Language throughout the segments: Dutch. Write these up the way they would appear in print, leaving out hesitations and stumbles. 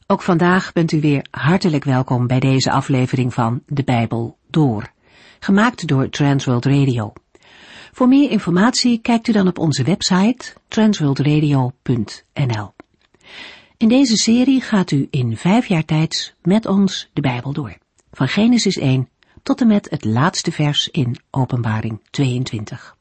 Ook vandaag bent u weer hartelijk welkom bij deze aflevering van De Bijbel Door, gemaakt door Transworld Radio. Voor meer informatie kijkt u dan op onze website transworldradio.nl. In deze serie gaat u in 5 jaar tijd met ons de Bijbel door, van Genesis 1 tot en met het laatste vers in Openbaring 22.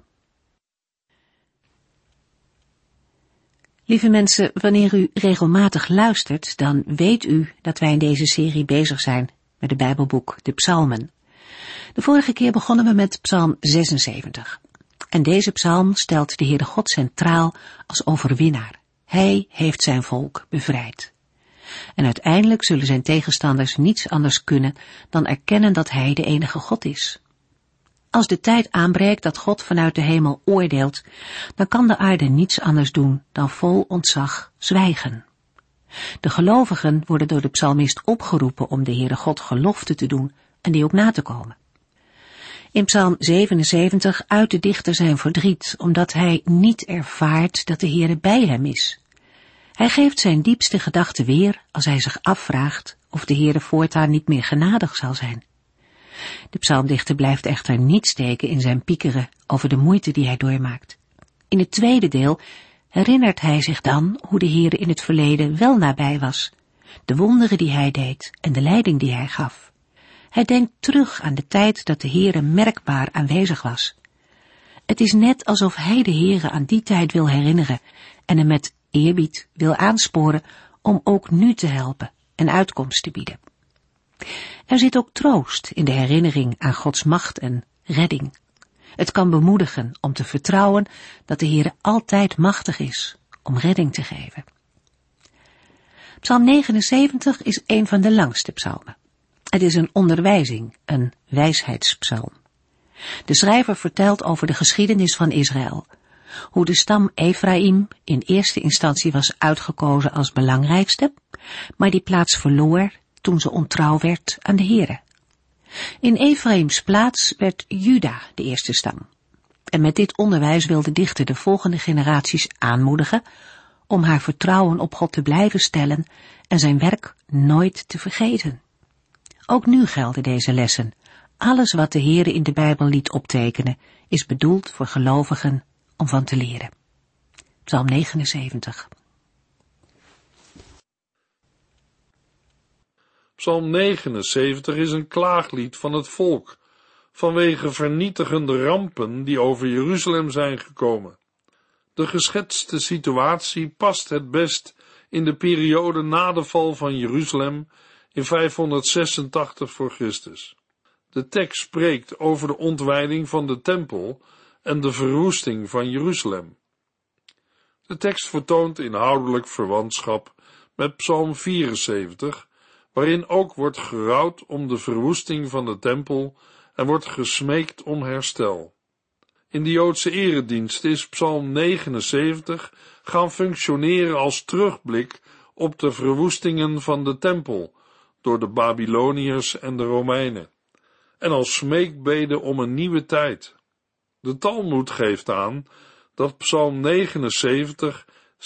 Lieve mensen, wanneer u regelmatig luistert, dan weet u dat wij in deze serie bezig zijn met het Bijbelboek, de Psalmen. De vorige keer begonnen we met Psalm 76. En deze psalm stelt de Heere God centraal als overwinnaar. Hij heeft zijn volk bevrijd. En uiteindelijk zullen zijn tegenstanders niets anders kunnen dan erkennen dat hij de enige God is. Als de tijd aanbreekt dat God vanuit de hemel oordeelt, dan kan de aarde niets anders doen dan vol ontzag zwijgen. De gelovigen worden door de psalmist opgeroepen om de Heere God gelofte te doen en die ook na te komen. In Psalm 77 uit de dichter zijn verdriet, omdat hij niet ervaart dat de Heere bij hem is. Hij geeft zijn diepste gedachten weer als hij zich afvraagt of de Heere voortaan niet meer genadig zal zijn. De psalmdichter blijft echter niet steken in zijn piekeren over de moeite die hij doormaakt. In het tweede deel herinnert hij zich dan hoe de Heere in het verleden wel nabij was, de wonderen die hij deed en de leiding die hij gaf. Hij denkt terug aan de tijd dat de Heere merkbaar aanwezig was. Het is net alsof hij de Heere aan die tijd wil herinneren en hem met eerbied wil aansporen om ook nu te helpen en uitkomst te bieden. Er zit ook troost in de herinnering aan Gods macht en redding. Het kan bemoedigen om te vertrouwen dat de Heere altijd machtig is om redding te geven. Psalm 79 is een van de langste psalmen. Het is een onderwijzing, een wijsheidspsalm. De schrijver vertelt over de geschiedenis van Israël, hoe de stam Efraïm in eerste instantie was uitgekozen als belangrijkste, maar die plaats verloor toen ze ontrouw werd aan de Heere. In Efraims plaats werd Juda de eerste stam. En met dit onderwijs wil de dichter de volgende generaties aanmoedigen om haar vertrouwen op God te blijven stellen en zijn werk nooit te vergeten. Ook nu gelden deze lessen. Alles wat de Heere in de Bijbel liet optekenen is bedoeld voor gelovigen om van te leren. Psalm 79. Psalm 79 is een klaaglied van het volk, vanwege vernietigende rampen die over Jeruzalem zijn gekomen. De geschetste situatie past het best in de periode na de val van Jeruzalem in 586 voor Christus. De tekst spreekt over de ontwijding van de tempel en de verwoesting van Jeruzalem. De tekst vertoont inhoudelijk verwantschap met Psalm 74, waarin ook wordt gerouwd om de verwoesting van de tempel en wordt gesmeekt om herstel. In de Joodse eredienst is Psalm 79 gaan functioneren als terugblik op de verwoestingen van de tempel door de Babyloniërs en de Romeinen, en als smeekbede om een nieuwe tijd. De Talmoed geeft aan dat Psalm 79,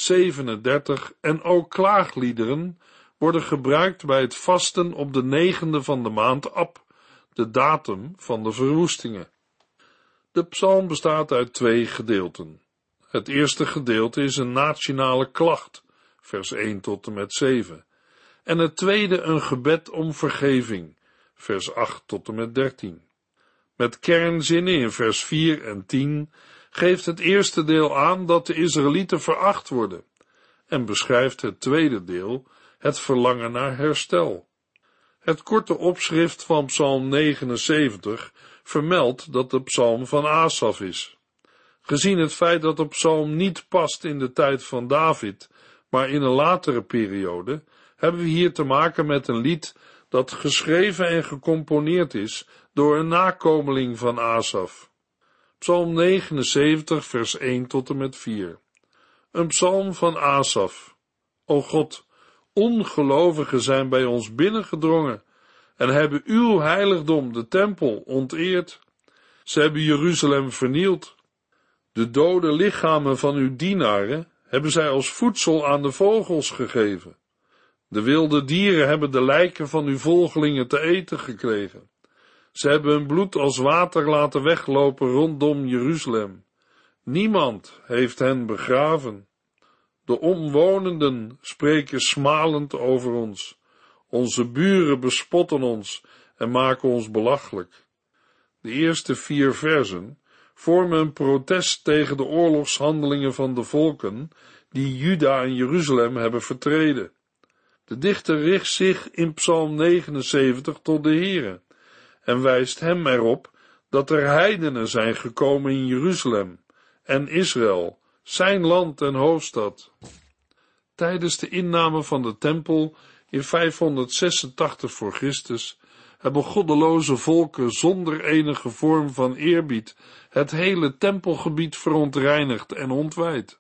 37 en ook klaagliederen worden gebruikt bij het vasten op de 9e van de maand Ab, de datum van de verwoestingen. De psalm bestaat uit 2 gedeelten. Het eerste gedeelte is een nationale klacht, vers 1 tot en met 7, en het tweede een gebed om vergeving, vers 8 tot en met 13. Met kernzinnen in vers 4 en 10 geeft het eerste deel aan dat de Israëlieten veracht worden en beschrijft het tweede deel het verlangen naar herstel. Het korte opschrift van Psalm 79 vermeldt dat de psalm van Asaf is. Gezien het feit dat de psalm niet past in de tijd van David, maar in een latere periode, hebben we hier te maken met een lied dat geschreven en gecomponeerd is door een nakomeling van Asaf. Psalm 79, vers 1 tot en met 4. Een psalm van Asaf. O God, ongelovigen zijn bij ons binnengedrongen en hebben uw heiligdom, de tempel, onteerd. Ze hebben Jeruzalem vernield. De dode lichamen van uw dienaren hebben zij als voedsel aan de vogels gegeven. De wilde dieren hebben de lijken van uw volgelingen te eten gekregen. Ze hebben hun bloed als water laten weglopen rondom Jeruzalem. Niemand heeft hen begraven. De omwonenden spreken smalend over ons. Onze buren bespotten ons en maken ons belachelijk. De eerste 4 versen vormen een protest tegen de oorlogshandelingen van de volken die Juda en Jeruzalem hebben vertreden. De dichter richt zich in Psalm 79 tot de Heere en wijst hem erop dat er heidenen zijn gekomen in Jeruzalem en Israël, zijn land en hoofdstad. Tijdens de inname van de tempel in 586 voor Christus hebben goddeloze volken zonder enige vorm van eerbied het hele tempelgebied verontreinigd en ontwijd.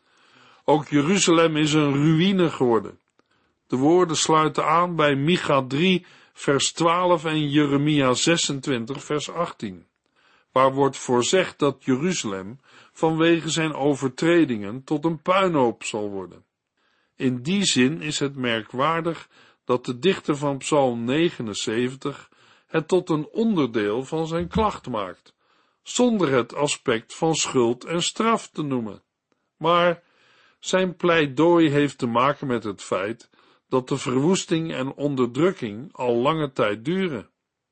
Ook Jeruzalem is een ruïne geworden. De woorden sluiten aan bij Micha 3 vers 12 en Jeremia 26 vers 18, waar wordt voorzegd dat Jeruzalem vanwege zijn overtredingen tot een puinhoop zal worden. In die zin is het merkwaardig dat de dichter van Psalm 79 het tot een onderdeel van zijn klacht maakt, zonder het aspect van schuld en straf te noemen. Maar zijn pleidooi heeft te maken met het feit dat de verwoesting en onderdrukking al lange tijd duren.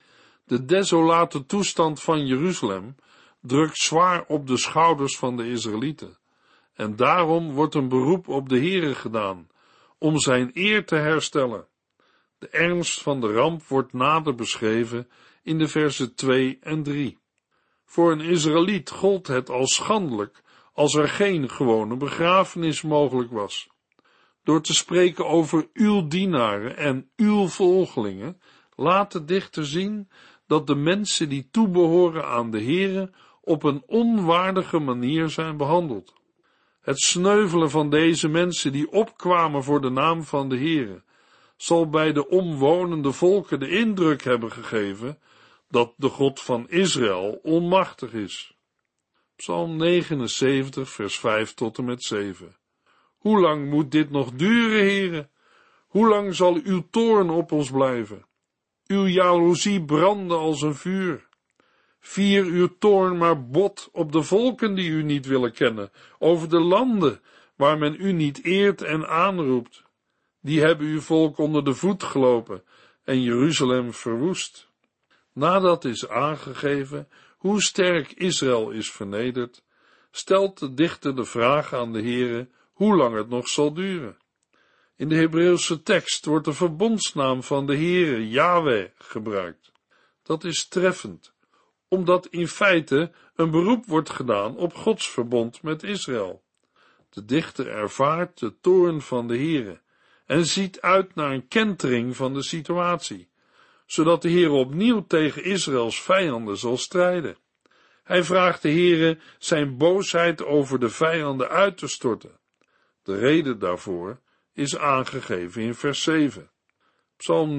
De desolate toestand van Jeruzalem drukt zwaar op de schouders van de Israëlieten, en daarom wordt een beroep op de Heere gedaan, om zijn eer te herstellen. De ernst van de ramp wordt nader beschreven in de versen 2 en 3. Voor een Israëliet gold het als schandelijk als er geen gewone begrafenis mogelijk was. Door te spreken over uw dienaren en uw volgelingen, laat de dichter zien dat de mensen die toebehoren aan de Heere op een onwaardige manier zijn behandeld. Het sneuvelen van deze mensen die opkwamen voor de naam van de Heere, zal bij de omwonende volken de indruk hebben gegeven dat de God van Israël onmachtig is. Psalm 79 vers 5 tot en met 7. Hoe lang moet dit nog duren, Heere? Hoe lang zal uw toorn op ons blijven? Uw jaloezie brandde als een vuur. Vier uw toorn maar bot op de volken die u niet willen kennen, over de landen waar men u niet eert en aanroept. Die hebben uw volk onder de voet gelopen en Jeruzalem verwoest. Nadat is aangegeven hoe sterk Israël is vernederd, stelt de dichter de vraag aan de Heere hoe lang het nog zal duren. In de Hebreeuwse tekst wordt de verbondsnaam van de Heere, Yahweh, gebruikt. Dat is treffend, omdat in feite een beroep wordt gedaan op Gods verbond met Israël. De dichter ervaart de toorn van de Heere en ziet uit naar een kentering van de situatie, zodat de Heere opnieuw tegen Israëls vijanden zal strijden. Hij vraagt de Heere zijn boosheid over de vijanden uit te storten. De reden daarvoor is aangegeven in vers 7. Psalm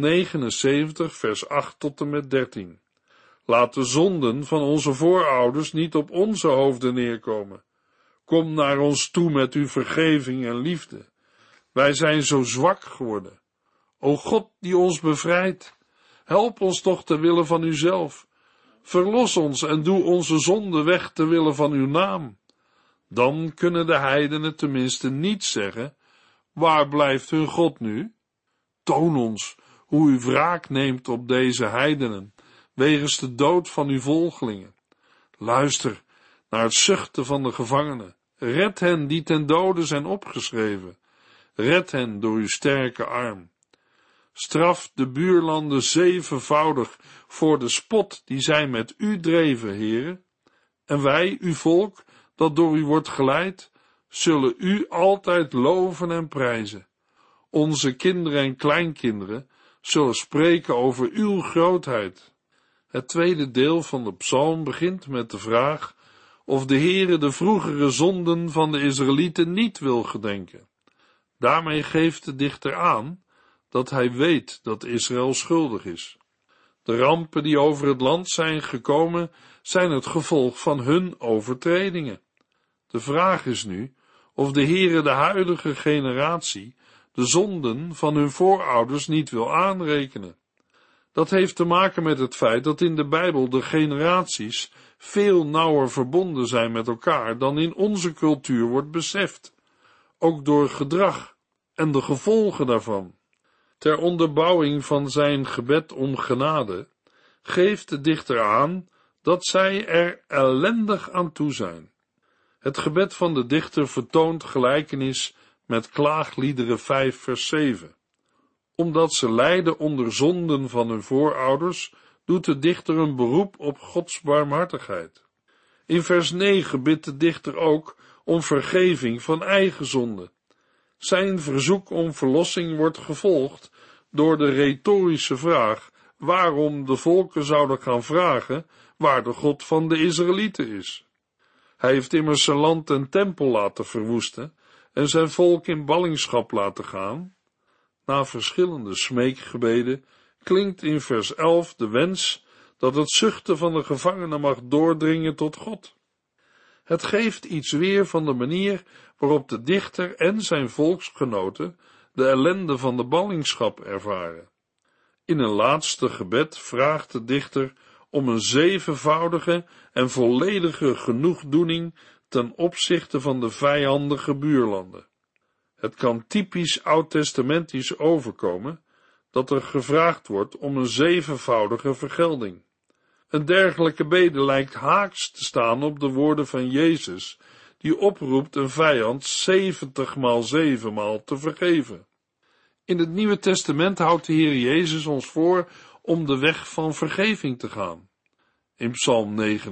79, vers 8 tot en met 13. Laat de zonden van onze voorouders niet op onze hoofden neerkomen. Kom naar ons toe met uw vergeving en liefde. Wij zijn zo zwak geworden. O God die ons bevrijdt, help ons toch ter wille van uzelf. Verlos ons en doe onze zonden weg ter wille van uw naam. Dan kunnen de heidenen tenminste niet zeggen, waar blijft hun God nu? Toon ons hoe u wraak neemt op deze heidenen, wegens de dood van uw volgelingen. Luister naar het zuchten van de gevangenen. Red hen die ten dode zijn opgeschreven. Red hen door uw sterke arm. Straf de buurlanden 7voudig voor de spot die zij met u dreven, Heere. En wij, uw volk, dat door u wordt geleid, zullen u altijd loven en prijzen. Onze kinderen en kleinkinderen zullen spreken over uw grootheid. Het tweede deel van de psalm begint met de vraag of de Heere de vroegere zonden van de Israëlieten niet wil gedenken. Daarmee geeft de dichter aan dat hij weet dat Israël schuldig is. De rampen die over het land zijn gekomen, zijn het gevolg van hun overtredingen. De vraag is nu of de Heere de huidige generatie de zonden van hun voorouders niet wil aanrekenen. Dat heeft te maken met het feit dat in de Bijbel de generaties veel nauwer verbonden zijn met elkaar dan in onze cultuur wordt beseft, ook door gedrag en de gevolgen daarvan. Ter onderbouwing van zijn gebed om genade geeft de dichter aan dat zij er ellendig aan toe zijn. Het gebed van de dichter vertoont gelijkenis met Klaagliederen 5 vers 7. Omdat ze lijden onder zonden van hun voorouders, doet de dichter een beroep op Gods barmhartigheid. In vers 9 bidt de dichter ook om vergeving van eigen zonden. Zijn verzoek om verlossing wordt gevolgd door de retorische vraag waarom de volken zouden gaan vragen waar de God van de Israëlieten is. Hij heeft immers zijn land en tempel laten verwoesten en zijn volk in ballingschap laten gaan. Na verschillende smeekgebeden klinkt in vers 11 de wens dat het zuchten van de gevangenen mag doordringen tot God. Het geeft iets weer van de manier waarop de dichter en zijn volksgenoten de ellende van de ballingschap ervaren. In een laatste gebed vraagt de dichter om een zevenvoudige en volledige genoegdoening ten opzichte van de vijandige buurlanden. Het kan typisch oud-testamentisch overkomen dat er gevraagd wordt om een zevenvoudige vergelding. Een dergelijke bede lijkt haaks te staan op de woorden van Jezus, die oproept een vijand 70 maal 7 maal te vergeven. In het Nieuwe Testament houdt de Heer Jezus ons voor om de weg van vergeving te gaan. In Psalm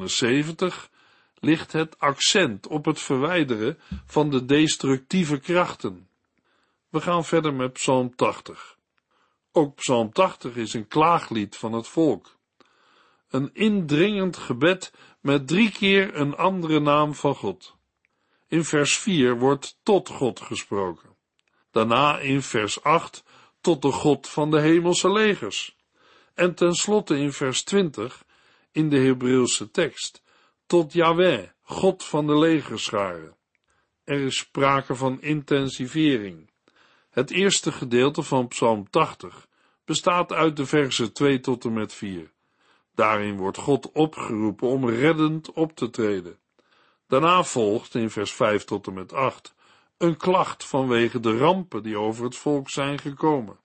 79 ligt het accent op het verwijderen van de destructieve krachten. We gaan verder met Psalm 80. Ook Psalm 80 is een klaaglied van het volk. Een indringend gebed met 3 keer een andere naam van God. In vers 4 wordt tot God gesproken. Daarna in vers 8 tot de God van de hemelse legers. En tenslotte in vers 20 in de Hebreeuwse tekst tot Yahweh, God van de legerscharen. Er is sprake van intensivering. Het eerste gedeelte van Psalm 80 bestaat uit de versen 2 tot en met 4. Daarin wordt God opgeroepen om reddend op te treden. Daarna volgt in vers 5 tot en met 8 een klacht vanwege de rampen die over het volk zijn gekomen.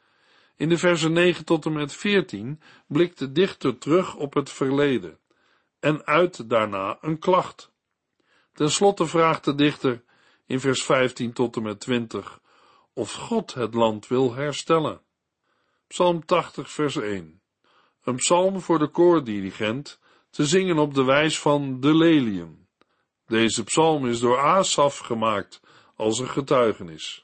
In de versen 9 tot en met 14 blikt de dichter terug op het verleden en uit daarna een klacht. Ten slotte vraagt de dichter in vers 15 tot en met 20 of God het land wil herstellen. Psalm 80 vers 1. Een psalm voor de koordirigent, te zingen op de wijs van de leliën. Deze psalm is door Asaf gemaakt als een getuigenis.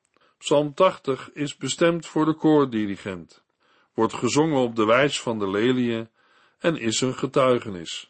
Psalm 80 is bestemd voor de koordirigent, wordt gezongen op de wijs van de leliën en is een getuigenis.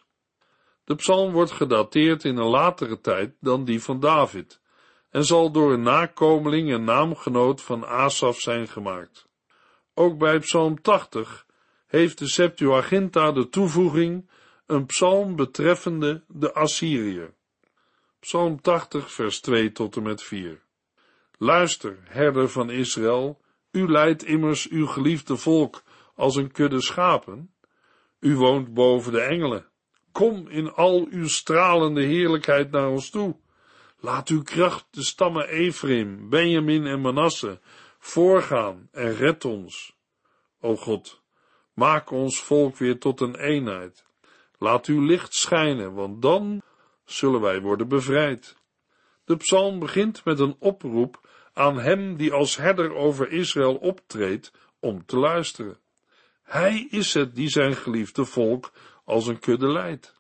De psalm wordt gedateerd in een latere tijd dan die van David en zal door een nakomeling en naamgenoot van Asaf zijn gemaakt. Ook bij Psalm 80 heeft de Septuaginta de toevoeging een psalm betreffende de Assyriër. Psalm 80 vers 2 tot en met 4. Luister, herder van Israël, u leidt immers uw geliefde volk als een kudde schapen. U woont boven de engelen. Kom in al uw stralende heerlijkheid naar ons toe. Laat uw kracht de stammen Ephraim, Benjamin en Manasse voorgaan en red ons. O God, maak ons volk weer tot een eenheid. Laat uw licht schijnen, want dan zullen wij worden bevrijd. De psalm begint met een oproep aan hem die als herder over Israël optreedt om te luisteren. Hij is het die zijn geliefde volk als een kudde leidt.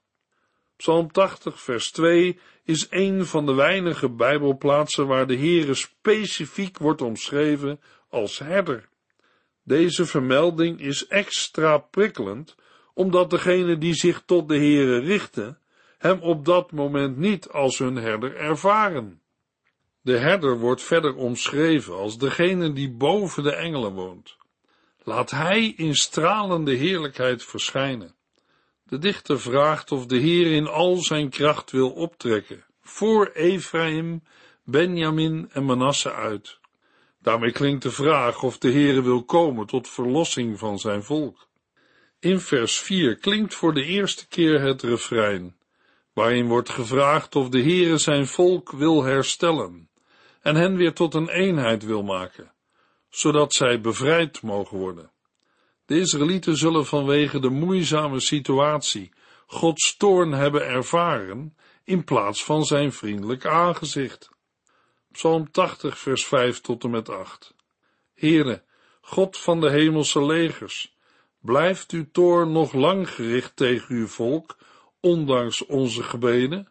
Psalm 80 vers 2 is een van de weinige Bijbelplaatsen waar de Heere specifiek wordt omschreven als herder. Deze vermelding is extra prikkelend, omdat degenen die zich tot de Heere richten, hem op dat moment niet als hun herder ervaren. De herder wordt verder omschreven als degene die boven de engelen woont. Laat hij in stralende heerlijkheid verschijnen. De dichter vraagt of de Heer in al zijn kracht wil optrekken, voor Ephraim, Benjamin en Manasse uit. Daarmee klinkt de vraag of de Heere wil komen tot verlossing van zijn volk. In vers 4 klinkt voor de eerste keer het refrein, waarin wordt gevraagd of de Heere zijn volk wil herstellen en hen weer tot een eenheid wil maken, zodat zij bevrijd mogen worden. De Israëlieten zullen vanwege de moeizame situatie Gods toorn hebben ervaren in plaats van zijn vriendelijk aangezicht. Psalm 80 vers 5 tot en met 8. Heere, God van de hemelse legers, blijft uw toorn nog lang gericht tegen uw volk, ondanks onze gebeden?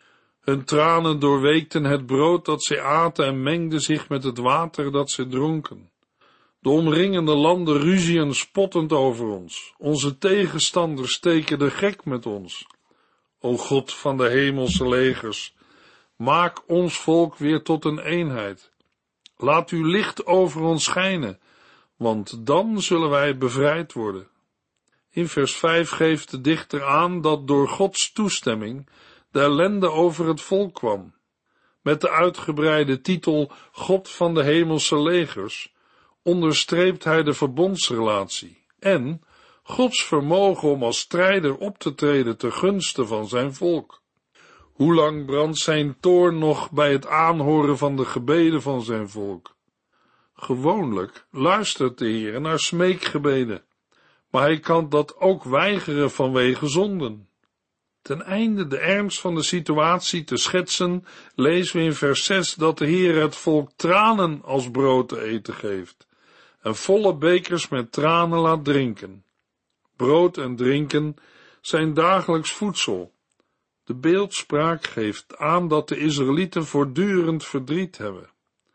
Hun tranen doorweekten het brood dat zij aten en mengden zich met het water dat zij dronken. De omringende landen ruzien spottend over ons. Onze tegenstanders steken de gek met ons. O God van de hemelse legers, maak ons volk weer tot een eenheid. Laat uw licht over ons schijnen, want dan zullen wij bevrijd worden. In vers 5 geeft de dichter aan dat door Gods toestemming de ellende over het volk kwam. Met de uitgebreide titel God van de hemelse legers onderstreept hij de verbondsrelatie en Gods vermogen om als strijder op te treden ten gunste van zijn volk. Hoe lang brandt zijn toorn nog bij het aanhoren van de gebeden van zijn volk? Gewoonlijk luistert de Heer naar smeekgebeden, maar hij kan dat ook weigeren vanwege zonden. Ten einde de ernst van de situatie te schetsen, lezen we in vers 6 dat de Heer het volk tranen als brood te eten geeft en volle bekers met tranen laat drinken. Brood en drinken zijn dagelijks voedsel. De beeldspraak geeft aan dat de Israëlieten voortdurend verdriet hebben.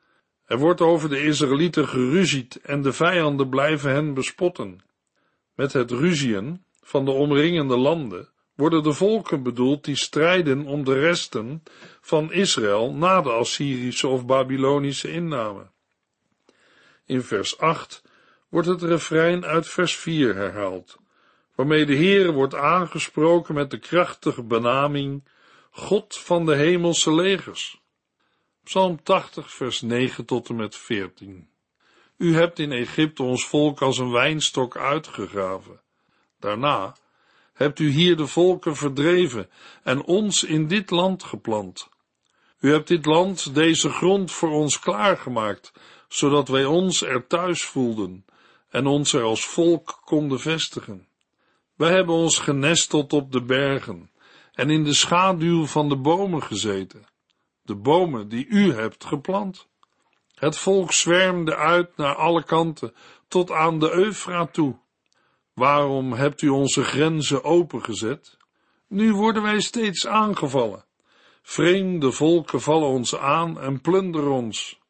Er wordt over de Israëlieten geruzied en de vijanden blijven hen bespotten. Met het ruzien van de omringende landen worden de volken bedoeld die strijden om de resten van Israël na de Assyrische of Babylonische inname. In vers 8 wordt het refrein uit vers 4 herhaald, waarmee de Heere wordt aangesproken met de krachtige benaming God van de hemelse legers. Psalm 80 vers 9 tot en met 14. U hebt in Egypte ons volk als een wijnstok uitgegraven. Daarna hebt u hier de volken verdreven en ons in dit land geplant. U hebt dit land, deze grond voor ons klaargemaakt, zodat wij ons er thuis voelden en ons er als volk konden vestigen. Wij hebben ons genesteld op de bergen en in de schaduw van de bomen gezeten, de bomen die u hebt geplant. Het volk zwermde uit naar alle kanten, tot aan de Eufraat toe. Waarom hebt u onze grenzen opengezet? Nu worden wij steeds aangevallen. Vreemde volken vallen ons aan en plunderen ons.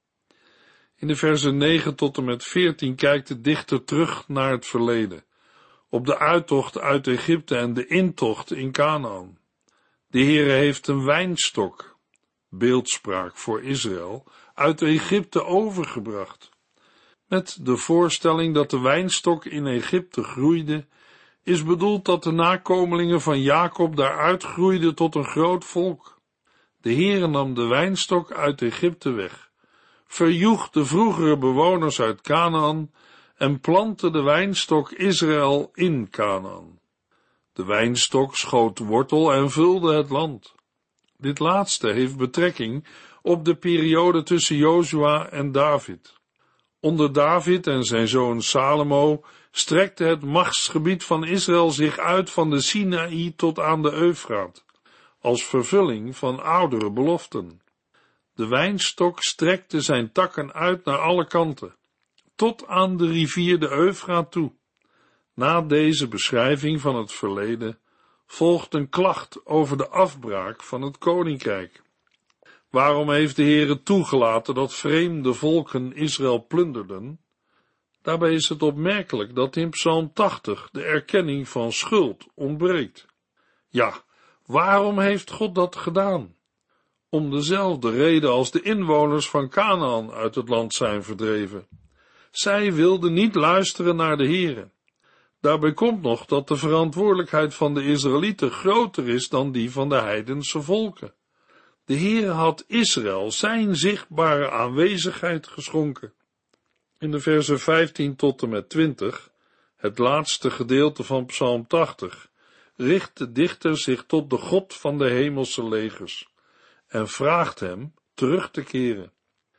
In de versen 9 tot en met 14 kijkt de dichter terug naar het verleden, op de uittocht uit Egypte en de intocht in Kanaan. De Heere heeft een wijnstok, beeldspraak voor Israël, uit Egypte overgebracht. Met de voorstelling dat de wijnstok in Egypte groeide, is bedoeld dat de nakomelingen van Jacob daaruit groeiden tot een groot volk. De Heere nam de wijnstok uit Egypte weg, verjoeg de vroegere bewoners uit Kanaan en plantte de wijnstok Israël in Kanaan. De wijnstok schoot wortel en vulde het land. Dit laatste heeft betrekking op de periode tussen Jozua en David. Onder David en zijn zoon Salomo strekte het machtsgebied van Israël zich uit van de Sinaï tot aan de Eufraat, als vervulling van oudere beloften. De wijnstok strekte zijn takken uit naar alle kanten, tot aan de rivier de Eufraat toe. Na deze beschrijving van het verleden volgt een klacht over de afbraak van het koninkrijk. Waarom heeft de Heere toegelaten dat vreemde volken Israël plunderden? Daarbij is het opmerkelijk dat in Psalm 80 de erkenning van schuld ontbreekt. Ja, waarom heeft God dat gedaan? Om dezelfde reden als de inwoners van Kanaan uit het land zijn verdreven. Zij wilden niet luisteren naar de Heere. Daarbij komt nog dat de verantwoordelijkheid van de Israëlieten groter is dan die van de heidense volken. De Heere had Israël zijn zichtbare aanwezigheid geschonken. In de versen 15 tot en met 20, het laatste gedeelte van Psalm 80, richt de dichter zich tot de God van de hemelse legers en vraagt hem terug te keren.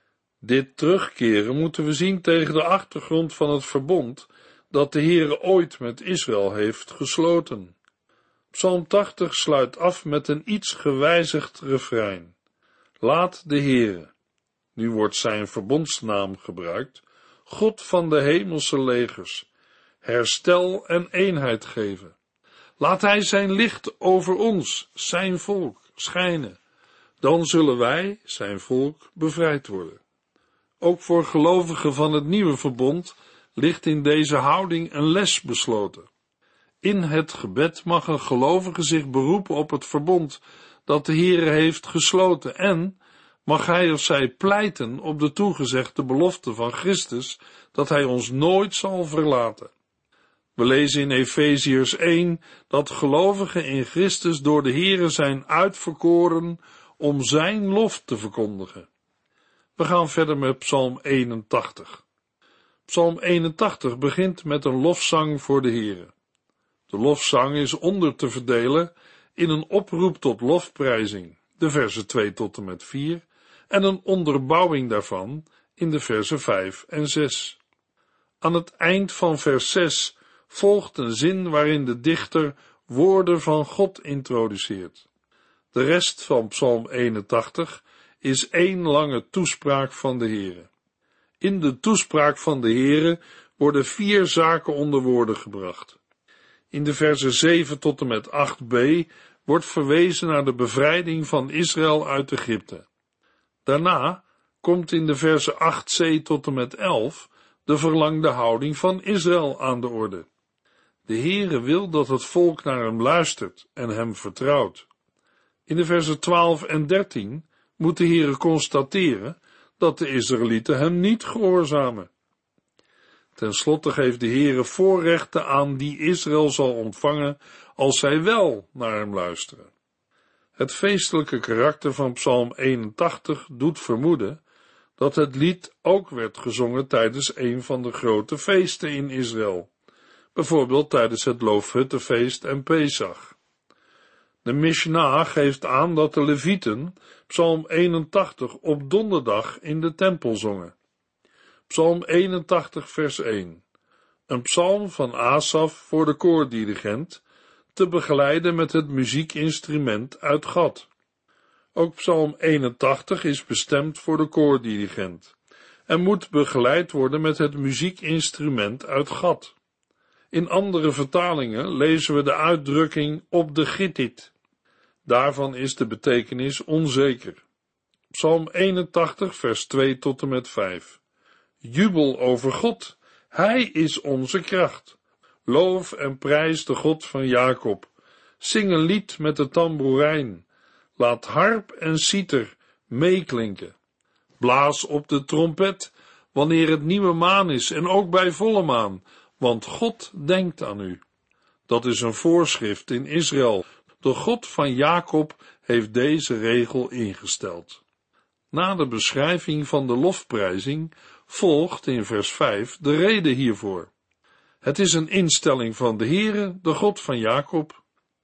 Dit terugkeren moeten we zien tegen de achtergrond van het verbond dat de Heere ooit met Israël heeft gesloten. Psalm 80 sluit af met een iets gewijzigd refrein. Laat de Heere, nu wordt zijn verbondsnaam gebruikt, God van de hemelse legers, herstel en eenheid geven. Laat hij zijn licht over ons, zijn volk, schijnen. Dan zullen wij, zijn volk, bevrijd worden. Ook voor gelovigen van het nieuwe verbond ligt in deze houding een les besloten. In het gebed mag een gelovige zich beroepen op het verbond dat de Heere heeft gesloten en mag hij of zij pleiten op de toegezegde belofte van Christus dat hij ons nooit zal verlaten. We lezen in Efeziërs 1 dat gelovigen in Christus door de Heere zijn uitverkoren om zijn lof te verkondigen. We gaan verder met Psalm 81. Psalm 81 begint met een lofzang voor de Heere. De lofzang is onder te verdelen in een oproep tot lofprijzing, de versen 2 tot en met 4, en een onderbouwing daarvan in de versen 5 en 6. Aan het eind van vers 6 volgt een zin waarin de dichter woorden van God introduceert. De rest van Psalm 81 is één lange toespraak van de Heere. In de toespraak van de Heere worden 4 zaken onder woorden gebracht. In de versen 7 tot en met 8b wordt verwezen naar de bevrijding van Israël uit Egypte. Daarna komt in de versen 8c tot en met 11 de verlangde houding van Israël aan de orde. De Heere wil dat het volk naar hem luistert en hem vertrouwt. In de versen 12 en 13 moet de Heere constateren dat de Israëlieten hem niet gehoorzamen. Ten slotte geeft de Heere voorrechten aan die Israël zal ontvangen als zij wel naar hem luisteren. Het feestelijke karakter van Psalm 81 doet vermoeden dat het lied ook werd gezongen tijdens een van de grote feesten in Israël, bijvoorbeeld tijdens het Loofhuttenfeest en Pesach. De Mishnah geeft aan dat de Levieten Psalm 81 op donderdag in de tempel zongen. Psalm 81 vers 1. Een psalm van Asaf voor de koordirigent, te begeleiden met het muziekinstrument uit Gad. Ook Psalm 81 is bestemd voor de koordirigent en moet begeleid worden met het muziekinstrument uit Gad. In andere vertalingen lezen we de uitdrukking op de gittit. Daarvan is de betekenis onzeker. Psalm 81 vers 2 tot en met 5. Jubel over God, hij is onze kracht. Loof en prijs de God van Jacob. Zing een lied met de tamboerijn. Laat harp en citer meeklinken. Blaas op de trompet wanneer het nieuwe maan is en ook bij volle maan, want God denkt aan u. Dat is een voorschrift in Israël. De God van Jacob heeft deze regel ingesteld. Na de beschrijving van de lofprijzing volgt in vers 5 de reden hiervoor. Het is een instelling van de Heere, de God van Jacob.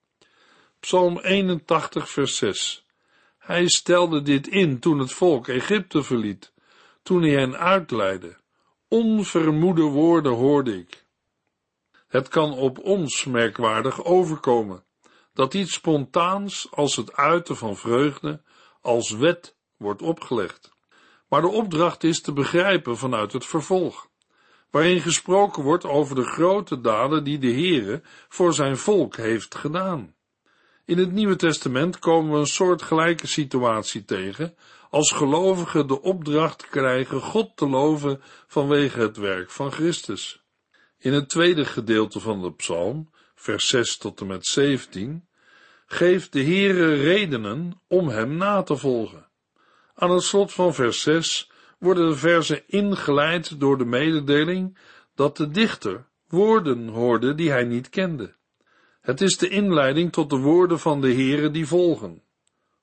Psalm 81 vers 6. Hij stelde dit in toen het volk Egypte verliet, toen hij hen uitleidde. Onvermoede woorden hoorde ik. Het kan op ons merkwaardig overkomen, dat iets spontaans als het uiten van vreugde, als wet wordt opgelegd. Maar de opdracht is te begrijpen vanuit het vervolg, waarin gesproken wordt over de grote daden die de Heere voor zijn volk heeft gedaan. In het Nieuwe Testament komen we een soortgelijke situatie tegen, als gelovigen de opdracht krijgen God te loven vanwege het werk van Christus. In het tweede gedeelte van de psalm, vers 6 tot en met 17, geeft de Heere redenen om hem na te volgen. Aan het slot van vers 6 worden de verzen ingeleid door de mededeling dat de dichter woorden hoorde die hij niet kende. Het is de inleiding tot de woorden van de Heere die volgen.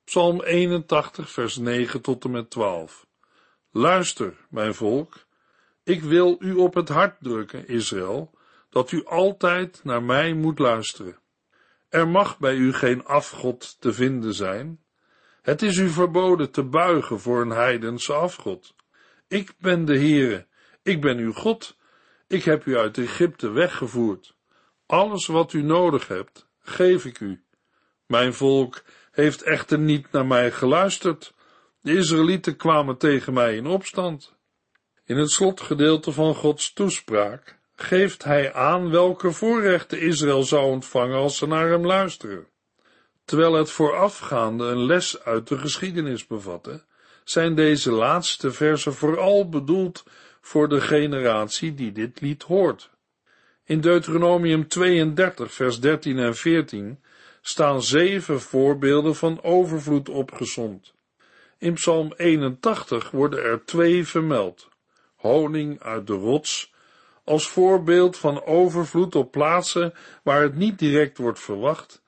Psalm 81, vers 9 tot en met 12. Luister, mijn volk, ik wil u op het hart drukken, Israël, dat u altijd naar mij moet luisteren. Er mag bij u geen afgod te vinden zijn. Het is u verboden te buigen voor een heidense afgod. Ik ben de Heere, ik ben uw God. Ik heb u uit Egypte weggevoerd. Alles wat u nodig hebt, geef ik u. Mijn volk heeft echter niet naar mij geluisterd. De Israëlieten kwamen tegen mij in opstand. In het slotgedeelte van Gods toespraak geeft hij aan welke voorrechten Israël zou ontvangen als ze naar hem luisteren. Terwijl het voorafgaande een les uit de geschiedenis bevatte, zijn deze laatste verzen vooral bedoeld voor de generatie die dit lied hoort. In Deuteronomium 32, vers 13 en 14 staan 7 voorbeelden van overvloed opgesomd. In Psalm 81 worden er 2 vermeld. Honing uit de rots, als voorbeeld van overvloed op plaatsen waar het niet direct wordt verwacht,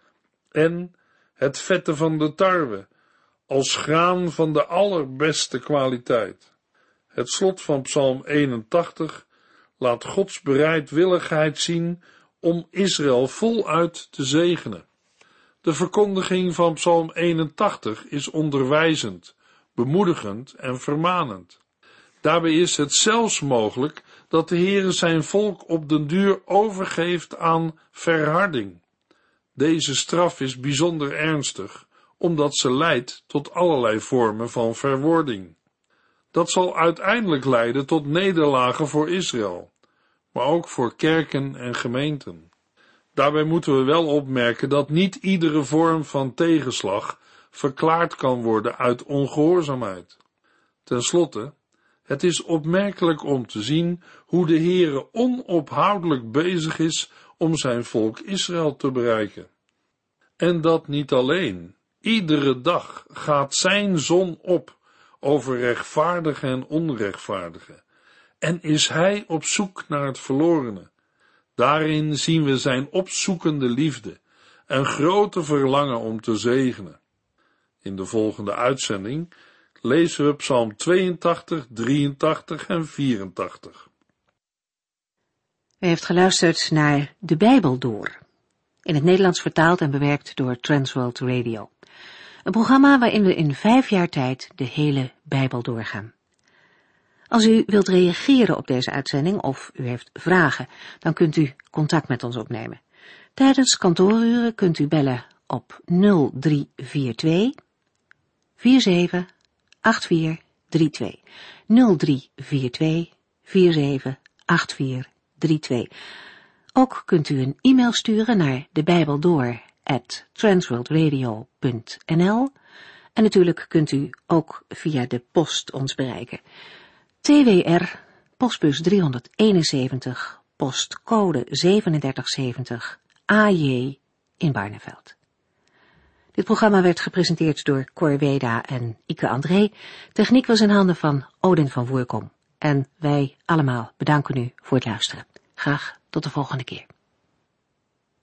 en het vette van de tarwe, als graan van de allerbeste kwaliteit. Het slot van Psalm 81 laat Gods bereidwilligheid zien om Israël voluit te zegenen. De verkondiging van Psalm 81 is onderwijzend, bemoedigend en vermanend. Daarbij is het zelfs mogelijk dat de Heere zijn volk op den duur overgeeft aan verharding. Deze straf is bijzonder ernstig, omdat ze leidt tot allerlei vormen van verwording. Dat zal uiteindelijk leiden tot nederlagen voor Israël, maar ook voor kerken en gemeenten. Daarbij moeten we wel opmerken dat niet iedere vorm van tegenslag verklaard kan worden uit ongehoorzaamheid. Ten slotte, het is opmerkelijk om te zien hoe de Heere onophoudelijk bezig is om zijn volk Israël te bereiken. En dat niet alleen. Iedere dag gaat zijn zon op over rechtvaardigen en onrechtvaardigen. En is hij op zoek naar het verlorene. Daarin zien we zijn opzoekende liefde en grote verlangen om te zegenen. In de volgende uitzending lezen we Psalm 82, 83 en 84. U heeft geluisterd naar De Bijbel Door, in het Nederlands vertaald en bewerkt door Transworld Radio. Een programma waarin we in 5 jaar tijd de hele Bijbel doorgaan. Als u wilt reageren op deze uitzending of u heeft vragen, dan kunt u contact met ons opnemen. Tijdens kantooruren kunt u bellen op 0342 47 8432. 0342 47 8432. Ook kunt u een e-mail sturen naar debijbeldoor@transworldradio.nl en natuurlijk kunt u ook via de post ons bereiken. TWR, postbus 371, postcode 3770, AJ in Barneveld. Dit programma werd gepresenteerd door Cor Weda en Ike André. Techniek was in handen van Odin van Woerkom. En wij allemaal bedanken u voor het luisteren. Graag tot de volgende keer.